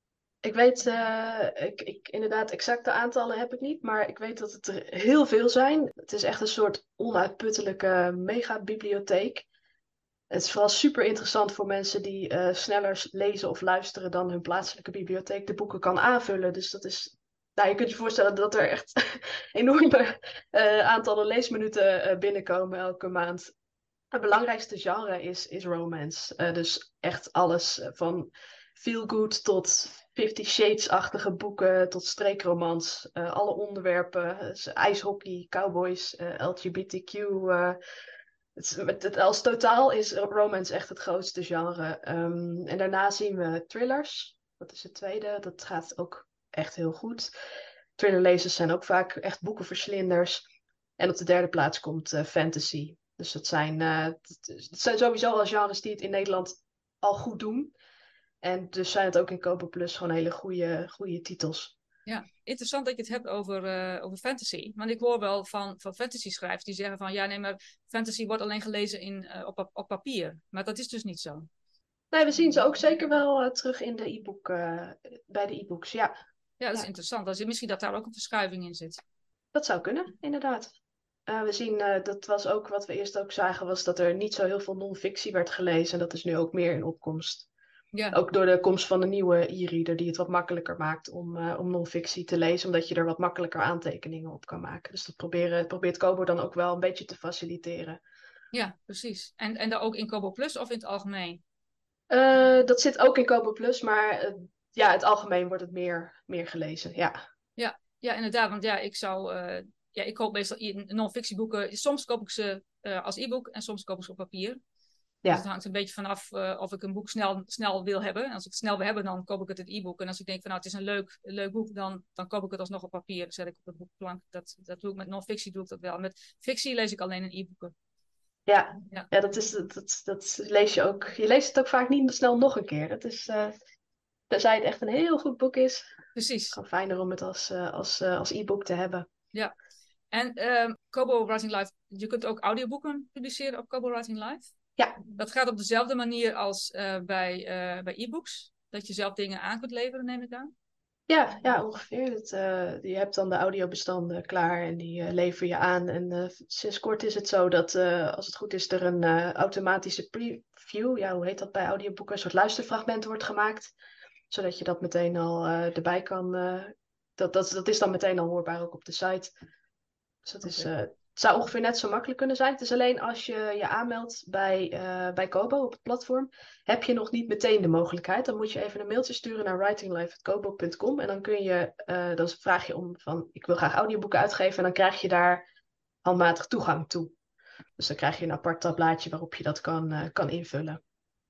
Ik weet, uh, ik, ik, inderdaad, exacte aantallen heb ik niet, maar ik weet dat het er heel veel zijn. Het is echt een soort onuitputtelijke megabibliotheek. Het is vooral super interessant voor mensen die uh, sneller lezen of luisteren dan hun plaatselijke bibliotheek de boeken kan aanvullen. Dus dat is, nou, je kunt je voorstellen dat er echt enorme uh, aantallen leesminuten uh, binnenkomen elke maand. Het belangrijkste genre is, is romance. Uh, dus echt alles van feel-good tot Fifty Shades-achtige boeken, tot streekromans. Uh, alle onderwerpen, dus ijshockey, cowboys, uh, L G B T Q. Uh, het, het, het, als totaal is romance echt het grootste genre. Um, en daarna zien we thrillers. Dat is het tweede. Dat gaat ook echt heel goed. Thrillerlezers zijn ook vaak echt boekenverslinders. En op de derde plaats komt uh, fantasy. Dus dat zijn, uh, dat zijn sowieso al genres die het in Nederland al goed doen. En dus zijn het ook in Kobo Plus gewoon hele goede, goede titels. Ja, interessant dat je het hebt over, uh, over fantasy. Want ik hoor wel van, van fantasy schrijvers die zeggen van ja, nee, maar fantasy wordt alleen gelezen in, uh, op, op papier. Maar dat is dus niet zo. Nee, we zien ze ook zeker wel uh, terug in de e-book, uh, bij de e-books, ja. Ja, dat is Ja, interessant. Dat is, misschien dat daar ook een verschuiving in zit. dat zou kunnen, inderdaad. Uh, we zien, uh, dat was ook wat we eerst ook zagen, was dat er niet zo heel veel non-fictie werd gelezen. En dat is nu ook meer in opkomst. Ja, Ook door de komst van de nieuwe e-reader, die het wat makkelijker maakt om, uh, om non-fictie te lezen, omdat je er wat makkelijker aantekeningen op kan maken. Dus dat proberen, probeert Kobo dan ook wel een beetje te faciliteren. ja, precies. En, en dan ook in Kobo Plus of in het algemeen? Uh, dat zit ook in Kobo Plus, maar uh, ja, in het algemeen wordt het meer, meer gelezen. Ja. Ja, ja, inderdaad. Want ja, ik zou. Uh, ja, ik koop meestal non-fictieboeken. Soms koop ik ze uh, als e-book en soms koop ik ze op papier. Dus het Ja. hangt een beetje vanaf uh, of ik een boek snel, snel wil hebben. En als ik het snel wil hebben, dan koop ik het in e-book. En als ik denk van nou, het is een leuk, leuk boek, dan, dan koop ik het alsnog op papier. Dan zet ik op de boekplank. Dat, dat doe ik met non-fictie, doe ik dat wel. Met fictie lees ik alleen in e-boeken. Ja, Ja, ja dat, is, dat, dat lees je ook. Je leest het ook vaak niet snel nog een keer. Dat is, uh, tenzij het echt een heel goed boek is. Het is precies. gewoon fijner om het als, uh, als, uh, als e-book te hebben. Ja. En um, Kobo Writing Live, je kunt ook audioboeken publiceren op Kobo Writing Live. Ja. Dat gaat op dezelfde manier als uh, bij, uh, bij e-books. Dat je zelf dingen aan kunt leveren, neem ik aan. Ja, ja, ongeveer. Het, uh, je hebt dan de audiobestanden klaar en die uh, lever je aan. En uh, sinds kort is het zo dat, uh, als het goed is, er een uh, automatische preview, ja, hoe heet dat bij audioboeken, een soort luisterfragment wordt gemaakt. Zodat je dat meteen al uh, erbij kan. Uh, dat, dat, dat is dan meteen al hoorbaar ook op de site. Dus dat is, uh, het zou ongeveer net zo makkelijk kunnen zijn. Het is alleen als je je aanmeldt bij, uh, bij Kobo op het platform, heb je nog niet meteen de mogelijkheid. Dan moet je even een mailtje sturen naar writing live at kobo punt com en dan kun je, uh, dan vraag je om van, ik wil graag audioboeken uitgeven en dan krijg je daar handmatig toegang toe. Dus dan krijg je een apart tabblaadje waarop je dat kan, uh, kan invullen.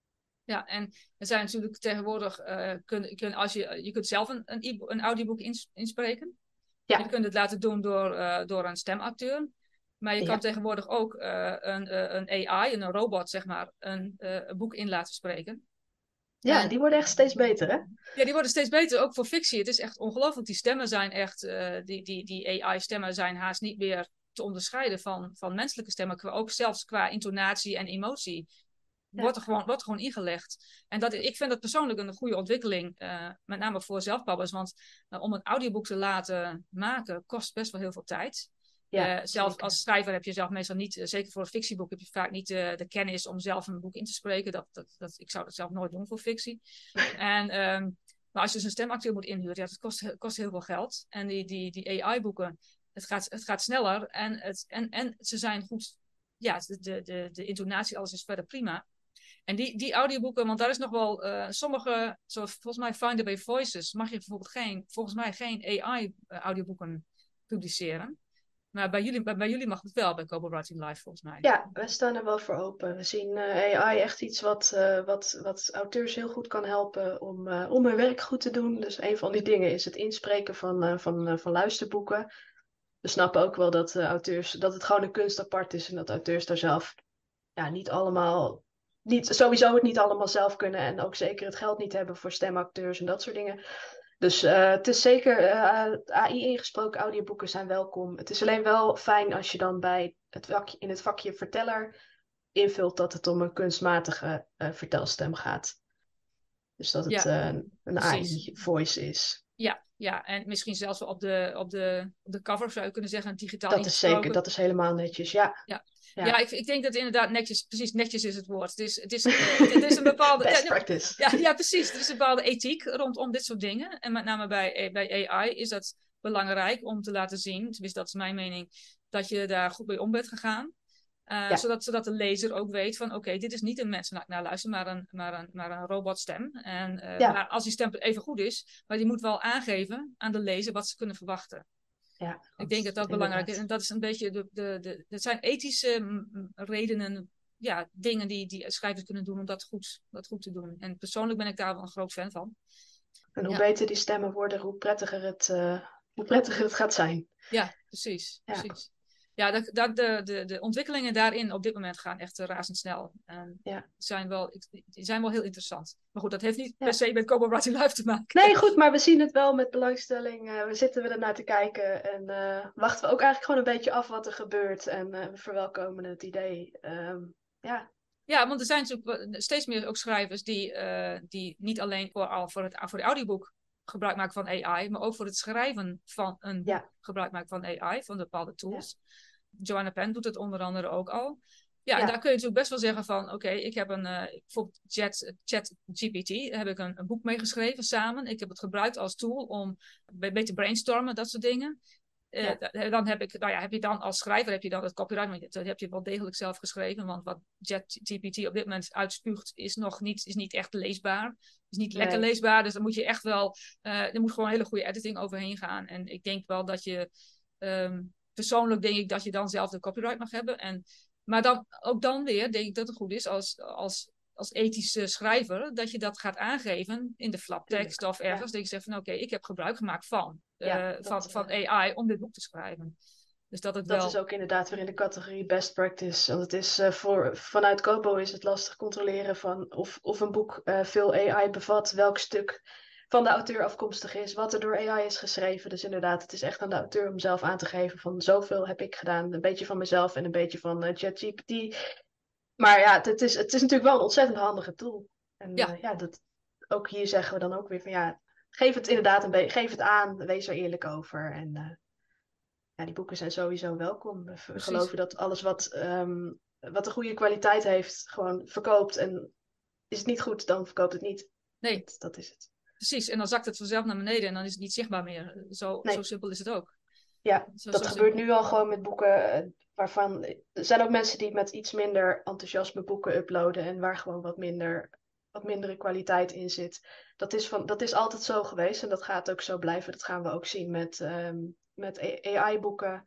Ja, en er zijn natuurlijk tegenwoordig, uh, kun, kun, als je, je kunt zelf een, een, e een audioboek ins inspreken. Ja. Je kunt het laten doen door, uh, door een stemacteur. Maar je Ja. kan tegenwoordig ook uh, een, uh, een A I, een robot zeg maar, een, uh, een boek in laten spreken. Ja, en, die worden echt steeds beter, hè? Ja, die worden steeds beter, ook voor fictie. Het is echt ongelooflijk. Die stemmen zijn echt, uh, die, die, die A I-stemmen zijn haast niet meer te onderscheiden van, van menselijke stemmen. Ook zelfs qua intonatie en emotie. Ja. Wordt, er gewoon, wordt er gewoon ingelegd. En dat, ik vind dat persoonlijk een goede ontwikkeling. Uh, met name voor zelfpublishers. Want uh, om een audioboek te laten maken kost best wel heel veel tijd. Ja, uh, zelf zeker. als schrijver heb je zelf meestal niet, uh, zeker voor een fictieboek, heb je vaak niet uh, de kennis om zelf een boek in te spreken. Dat, dat, dat, ik zou dat zelf nooit doen voor fictie. en, um, maar als je dus een stemacteur moet inhuren, ja, dat kost, kost heel veel geld. En die, die, die A I-boeken, het gaat, het gaat sneller en, het, en, en ze zijn goed. Ja, de, de, de, de intonatie, alles is verder prima. En die, die audioboeken, want daar is nog wel uh, sommige, zoals volgens mij Find the Way Voices, mag je bijvoorbeeld geen, volgens mij geen A I-audioboeken publiceren. Maar bij jullie, bij, bij jullie mag het wel, bij Kobo Writing Live volgens mij. Ja, we staan er wel voor open. We zien uh, A I echt iets wat, uh, wat, wat auteurs heel goed kan helpen om, uh, om hun werk goed te doen. Dus een van die dingen is het inspreken van, uh, van, uh, van luisterboeken. We snappen ook wel dat uh, auteurs, dat het gewoon een kunst apart is en dat auteurs daar zelf ja, niet allemaal, niet, sowieso het niet allemaal zelf kunnen en ook zeker het geld niet hebben voor stemacteurs en dat soort dingen. Dus uh, het is zeker, uh, A I ingesproken audioboeken zijn welkom. Het is alleen wel fijn als je dan bij het vakje, in het vakje verteller invult dat het om een kunstmatige uh, vertelstem gaat. Dus dat het Ja, uh, een A I-voice is. Ja, ja, en misschien zelfs wel op de, op de, op de cover zou je kunnen zeggen, digitaal Dat is ingesproken. zeker, dat is helemaal netjes, ja. Ja, ja. ja ik, ik denk dat inderdaad netjes, precies netjes is het woord. Het is, het is, uh, het is een bepaalde... Best ja, practice. Ja, ja, precies. Er is een bepaalde ethiek rondom dit soort dingen. En met name bij, bij A I is dat belangrijk om te laten zien, tenminste dat is mijn mening, dat je daar goed mee om bent gegaan. Uh, ja. zodat, zodat de lezer ook weet van oké, okay, dit is niet een mens naar, naar luisteren, maar een, maar een, maar een robotstem. En, uh, ja. Maar als die stem even goed is, maar die moet wel aangeven aan de lezer wat ze kunnen verwachten. Ja, ik denk dat dat belangrijk is. En dat is een beetje de, de, de, dat zijn ethische m, redenen, ja, dingen die, die schrijvers kunnen doen om dat goed, dat goed te doen. En persoonlijk ben ik daar wel een groot fan van. En hoe ja. beter die stemmen worden, hoe prettiger het, uh, hoe prettiger het gaat zijn. Ja, precies. Ja. precies. Ja, dat, dat, de, de, de ontwikkelingen daarin op dit moment gaan echt uh, razendsnel. En ja. zijn, wel, die zijn wel heel interessant. Maar goed, dat heeft niet ja. per se met Kobo Writing Live te maken. Nee, goed, maar we zien het wel met belangstelling. Uh, we zitten er naar te kijken en uh, wachten we ook eigenlijk gewoon een beetje af wat er gebeurt. En uh, we verwelkomen het idee. Um, ja, Ja, want er zijn natuurlijk steeds meer ook schrijvers die, uh, die niet alleen voor, al voor het voor de audioboek gebruik maken van A I, maar ook voor het schrijven van een boek Ja, gebruik maken van A I, van bepaalde ja, tools. Joanna Penn doet het onder andere ook al. Ja, en daar ja, kun je natuurlijk best wel zeggen van, oké, okay, ik heb een, uh, bijvoorbeeld Chat, Chat G P T, daar heb ik een, een boek mee geschreven samen. Ik heb het gebruikt als tool om een beetje brainstormen, dat soort dingen. Uh, ja. dan heb ik, nou ja, heb je dan als schrijver heb je dan het copyright, maar dat heb je wel degelijk zelf geschreven, want wat ChatGPT op dit moment uitspuugt is nog niet, is niet echt leesbaar, is niet lekker Nee, leesbaar, dus dan moet je echt wel, uh, er moet gewoon hele goede editing overheen gaan. En ik denk wel dat je, um, persoonlijk denk ik dat je dan zelf de copyright mag hebben. En, maar dan, ook dan weer denk ik dat het goed is als, als als ethische schrijver, dat je dat gaat aangeven in de flaptekst tuurlijk. of ergens. Ja, Dat je zegt van oké, okay, ik heb gebruik gemaakt van, ja, uh, van, dat, van uh, A I om dit boek te schrijven. Dus dat het dat is wel... ook inderdaad weer in de categorie best practice. Want het is uh, voor, vanuit Kobo is het lastig controleren van of, of een boek uh, veel A I bevat, welk stuk van de auteur afkomstig is, wat er door A I is geschreven. Dus inderdaad, het is echt aan de auteur om zelf aan te geven van zoveel heb ik gedaan. Een beetje van mezelf en een beetje van uh, ChatGPT. Maar ja, het is, het is natuurlijk wel een ontzettend handige tool. En Ja, uh, ja, dat, ook hier zeggen we dan ook weer van ja, geef het inderdaad een beetje, geef het aan, wees er eerlijk over. En uh, ja, die boeken zijn sowieso welkom. We precies. geloven dat alles wat, um, wat een goede kwaliteit heeft, gewoon verkoopt. En is het niet goed, dan verkoopt het niet. Nee, Dat, dat is het. precies. En dan zakt het vanzelf naar beneden en dan is het niet zichtbaar meer. Zo, zo Nee, simpel is het ook. ja, Zo, dat zo gebeurt simpel. nu al gewoon met boeken uh, waarvan... Er zijn ook mensen die met iets minder enthousiasme boeken uploaden en waar gewoon wat minder, wat mindere kwaliteit in zit. Dat is, van, dat is altijd zo geweest en dat gaat ook zo blijven. Dat gaan we ook zien met, um, met A I-boeken.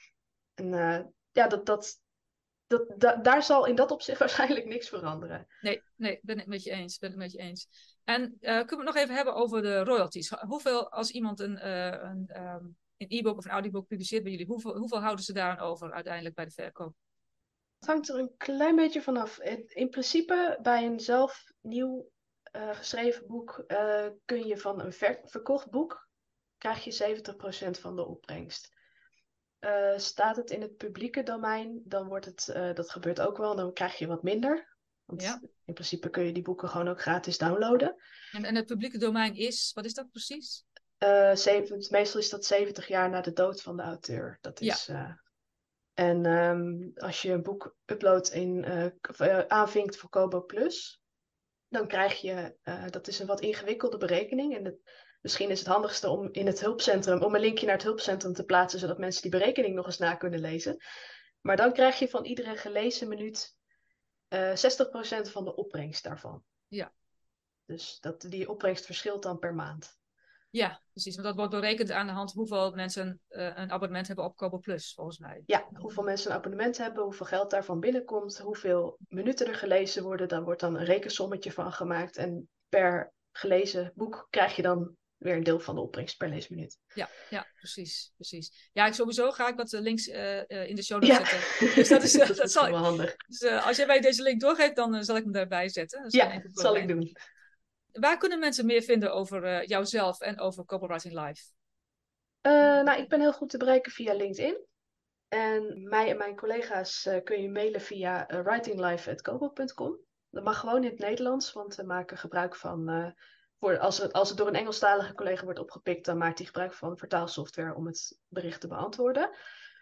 En uh, ja, dat, dat, dat, da, daar zal in dat opzicht waarschijnlijk niks veranderen. Nee, nee, ben ik met je eens. Ben ik met je eens. En uh, kunnen we het nog even hebben over de royalties? Hoeveel, als iemand een, uh, een, um, een e-book of een audiobook publiceert bij jullie, hoeveel, hoeveel houden ze daar over uiteindelijk bij de verkoop? Het hangt er een klein beetje vanaf. In principe, bij een zelf nieuw uh, geschreven boek uh, kun je van een ver verkocht boek krijg je zeventig procent van de opbrengst. Uh, staat het in het publieke domein, dan wordt het, uh, dat gebeurt ook wel, dan krijg je wat minder. Want Ja. in principe kun je die boeken gewoon ook gratis downloaden. En, en het publieke domein is, wat is dat precies? Uh, zeven, meestal is dat zeventig jaar na de dood van de auteur. Dat Ja. is, uh, en um, als je een boek uploadt in, uh, uh, aanvinkt voor Kobo Plus, dan krijg je, uh, dat is een wat ingewikkelde berekening. En het, misschien is het handigste om in het hulpcentrum, om een linkje naar het hulpcentrum te plaatsen, zodat mensen die berekening nog eens na kunnen lezen. Maar dan krijg je van iedere gelezen minuut uh, zestig procent van de opbrengst daarvan. Ja. Dus dat, die opbrengst verschilt dan per maand. Ja, precies. Want dat wordt berekend aan de hand hoeveel mensen uh, een abonnement hebben op Kobo Plus, volgens mij. Ja, hoeveel mensen een abonnement hebben, hoeveel geld daarvan binnenkomt, hoeveel minuten er gelezen worden. Daar wordt dan een rekensommetje van gemaakt. En per gelezen boek krijg je dan weer een deel van de opbrengst per leesminuut. Ja, ja, precies, precies. Ja, ik sowieso ga ik wat links uh, uh, in de show notes ja. zetten. Dus dat is, uh, dat dat is zal wel ik. handig. Dus uh, als jij mij deze link doorgeeft, dan uh, zal ik hem daarbij zetten. Dat is Ja, geen enkel dat zal probleem. ik doen. Waar kunnen mensen meer vinden over uh, jouzelf en over Copywriting Live? Uh, nou, ik ben heel goed te bereiken via LinkedIn. En mij en mijn collega's uh, kun je mailen via uh, writinglive at kobo punt com. Dat mag gewoon in het Nederlands, want we maken gebruik van... Uh, voor, als, het, als het door een Engelstalige collega wordt opgepikt, dan maakt hij gebruik van vertaalsoftware om het bericht te beantwoorden.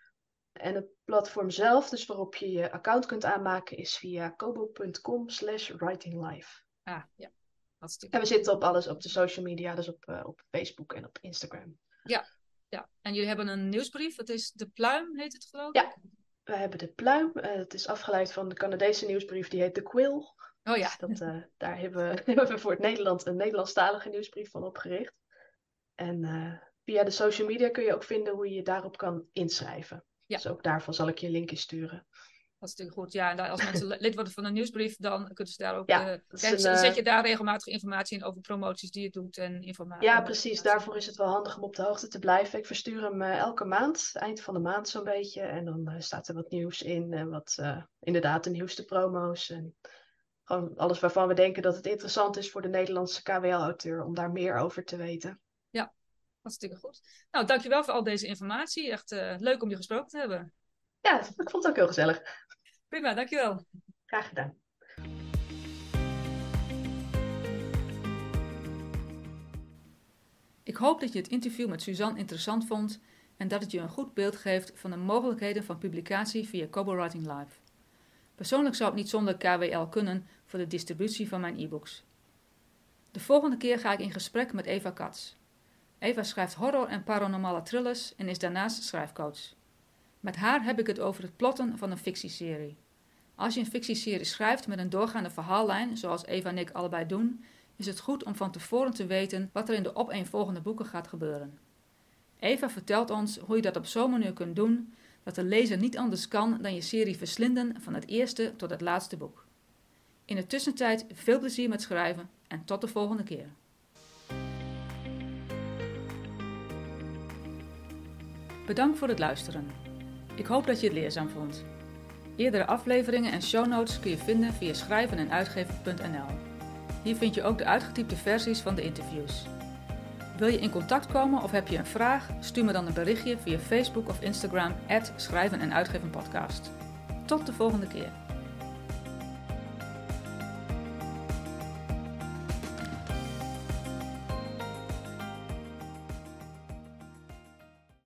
En het platform zelf, dus waarop je je account kunt aanmaken, is via kobo punt com slash writinglive. Ah, ja. Hartstikke. En we zitten op alles, op de social media, dus op, uh, op Facebook en op Instagram. Ja, ja. En jullie hebben een nieuwsbrief, dat is De Pluim, heet het geloof ik? Ja, we hebben De Pluim. Uh, het is afgeleid van de Canadese nieuwsbrief, die heet The Quill. Oh ja. Dus dat, uh, daar hebben we, hebben we voor het Nederland een Nederlandstalige nieuwsbrief van opgericht. En uh, via de social media kun je ook vinden hoe je je daarop kan inschrijven. Ja. Dus ook daarvan zal ik je linkjes sturen. Hartstikke goed. Ja, en als mensen lid worden van een nieuwsbrief, dan kunnen ze daar ook... Ja, Uh, een, zet uh, je daar regelmatig informatie in over promoties die je doet en informatie. Ja, precies. Daarvoor is het wel handig om op de hoogte te blijven. Ik verstuur hem uh, elke maand, eind van de maand zo'n beetje. En dan uh, staat er wat nieuws in en wat, uh, inderdaad, de nieuwste promo's. En gewoon alles waarvan we denken dat het interessant is voor de Nederlandse K W L-auteur om daar meer over te weten. Ja, hartstikke goed. Nou, dankjewel voor al deze informatie. Echt uh, leuk om je gesproken te hebben. Ja, ik vond het ook heel gezellig. Prima, dankjewel. Graag gedaan. Ik hoop dat je het interview met Suzanne interessant vond en dat het je een goed beeld geeft van de mogelijkheden van publicatie via Kobo Writing Live. Persoonlijk zou het niet zonder K W L kunnen voor de distributie van mijn e-books. De volgende keer ga ik in gesprek met Eva Katz. Eva schrijft horror- en paranormale thrillers en is daarnaast schrijfcoach. Met haar heb ik het over het plotten van een fictieserie. Als je een fictieserie schrijft met een doorgaande verhaallijn, zoals Eva en ik allebei doen, is het goed om van tevoren te weten wat er in de opeenvolgende boeken gaat gebeuren. Eva vertelt ons hoe je dat op zo'n manier kunt doen dat de lezer niet anders kan dan je serie verslinden van het eerste tot het laatste boek. In de tussentijd veel plezier met schrijven en tot de volgende keer. Bedankt voor het luisteren. Ik hoop dat je het leerzaam vond. Eerdere afleveringen en show notes kun je vinden via schrijven en uitgeven punt n l. Hier vind je ook de uitgetypte versies van de interviews. Wil je in contact komen of heb je een vraag? Stuur me dan een berichtje via Facebook of Instagram at schrijven en uitgeven podcast. Tot de volgende keer.